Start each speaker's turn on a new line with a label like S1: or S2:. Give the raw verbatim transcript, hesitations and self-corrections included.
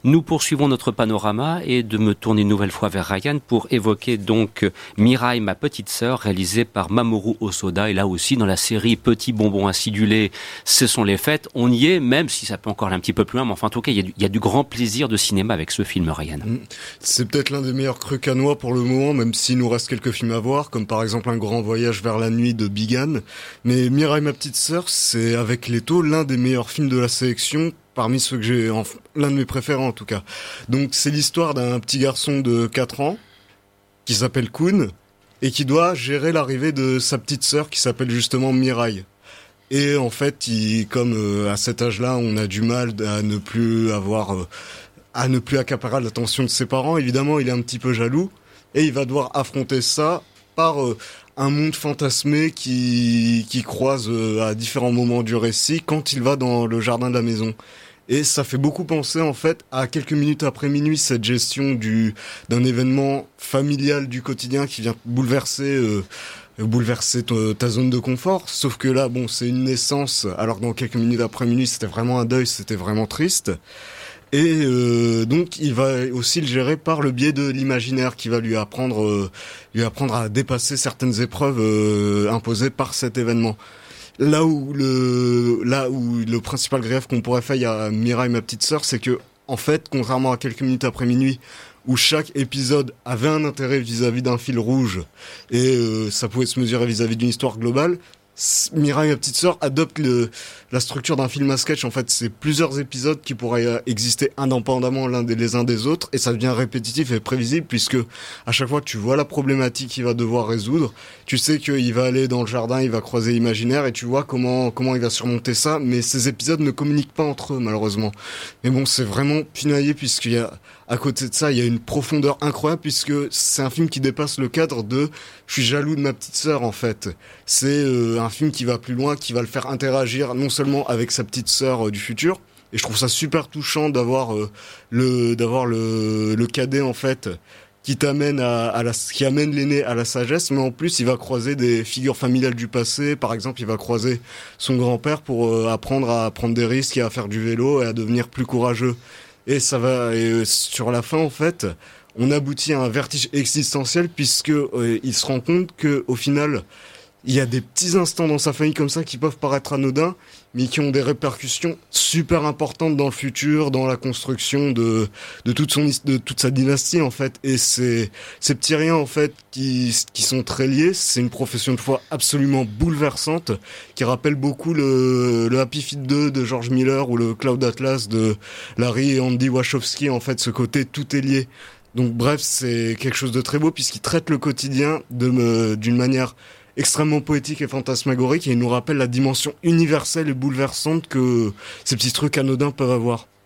S1: Nous poursuivons notre panorama et de me tourner une nouvelle fois vers Ryan pour évoquer donc Mirai, ma petite sœur, réalisée par Mamoru Hosoda. Et là aussi, dans la série Petit bonbon acidulé, ce sont les fêtes. On y est, même si ça peut encore aller un petit peu plus loin. Mais enfin, en tout cas, il y a du, il y a du grand plaisir de cinéma avec ce film, Ryan.
S2: C'est peut-être l'un des meilleurs crus canois pour le moment, même s'il nous reste quelques films à voir, comme par exemple Un grand voyage vers la nuit de Bigan. Mais Mirai, ma petite sœur, c'est avec Leto l'un des meilleurs films de la sélection, parmi ceux que j'ai, enfin, l'un de mes préférés en tout cas. Donc c'est l'histoire d'un petit garçon de quatre ans qui s'appelle Kun et qui doit gérer l'arrivée de sa petite sœur qui s'appelle justement Mirai. Et en fait, il, comme euh, à cet âge-là, on a du mal à ne plus avoir, euh, à ne plus accaparer l'attention de ses parents. Évidemment, il est un petit peu jaloux et il va devoir affronter ça par euh, un monde fantasmé qui qui croise euh, à différents moments du récit quand il va dans le jardin de la maison. Et ça fait beaucoup penser en fait à quelques minutes après minuit, cette gestion du d'un événement familial du quotidien qui vient bouleverser euh, bouleverser ta, ta zone de confort. Sauf que là, bon, c'est une naissance, alors que dans quelques minutes après minuit, c'était vraiment un deuil, c'était vraiment triste. Et euh, donc il va aussi le gérer par le biais de l'imaginaire qui va lui apprendre euh, lui apprendre à dépasser certaines épreuves euh, imposées par cet événement. Là où le là où le principal grief qu'on pourrait faire à Mirai, ma petite sœur, c'est que en fait, contrairement à quelques minutes après minuit où chaque épisode avait un intérêt vis-à-vis d'un fil rouge et euh, ça pouvait se mesurer vis-à-vis d'une histoire globale, Mirai, ma petite sœur, adopte le, la structure d'un film à sketch. En fait, c'est plusieurs épisodes qui pourraient exister indépendamment l'un des les uns des autres, et ça devient répétitif et prévisible puisque à chaque fois tu vois la problématique qu'il va devoir résoudre, tu sais qu'il va aller dans le jardin, il va croiser l'imaginaire et tu vois comment comment il va surmonter ça. Mais ces épisodes ne communiquent pas entre eux malheureusement. Mais bon, c'est vraiment pinaillé puisqu'il y a à côté de ça, il y a une profondeur incroyable puisque c'est un film qui dépasse le cadre de je suis jaloux de ma petite sœur en fait. C'est euh, un film qui va plus loin, qui va le faire interagir non seulement avec sa petite sœur euh, du futur, et je trouve ça super touchant d'avoir euh, le d'avoir le le cadet en fait qui t'amène à, à la qui amène l'aîné à la sagesse, mais en plus il va croiser des figures familiales du passé. Par exemple, il va croiser son grand-père pour euh, apprendre à prendre des risques et à faire du vélo et à devenir plus courageux. Et ça va, et euh, sur la fin, en fait, on aboutit à un vertige existentiel puisque euh, il se rend compte que, au final, il y a des petits instants dans sa famille comme ça qui peuvent paraître anodins, mais qui ont des répercussions super importantes dans le futur, dans la construction de de toute son de toute sa dynastie en fait. Et ces ces petits riens en fait qui qui sont très liés, c'est une profession de foi absolument bouleversante qui rappelle beaucoup le le Happy Feet deux de George Miller ou le Cloud Atlas de Larry et Andy Wachowski. En fait, ce côté tout est lié. Donc bref, c'est quelque chose de très beau puisqu'il traite le quotidien de me, d'une manière extrêmement poétique et fantasmagorique, et il nous rappelle la dimension universelle et bouleversante que ces petits trucs anodins peuvent avoir.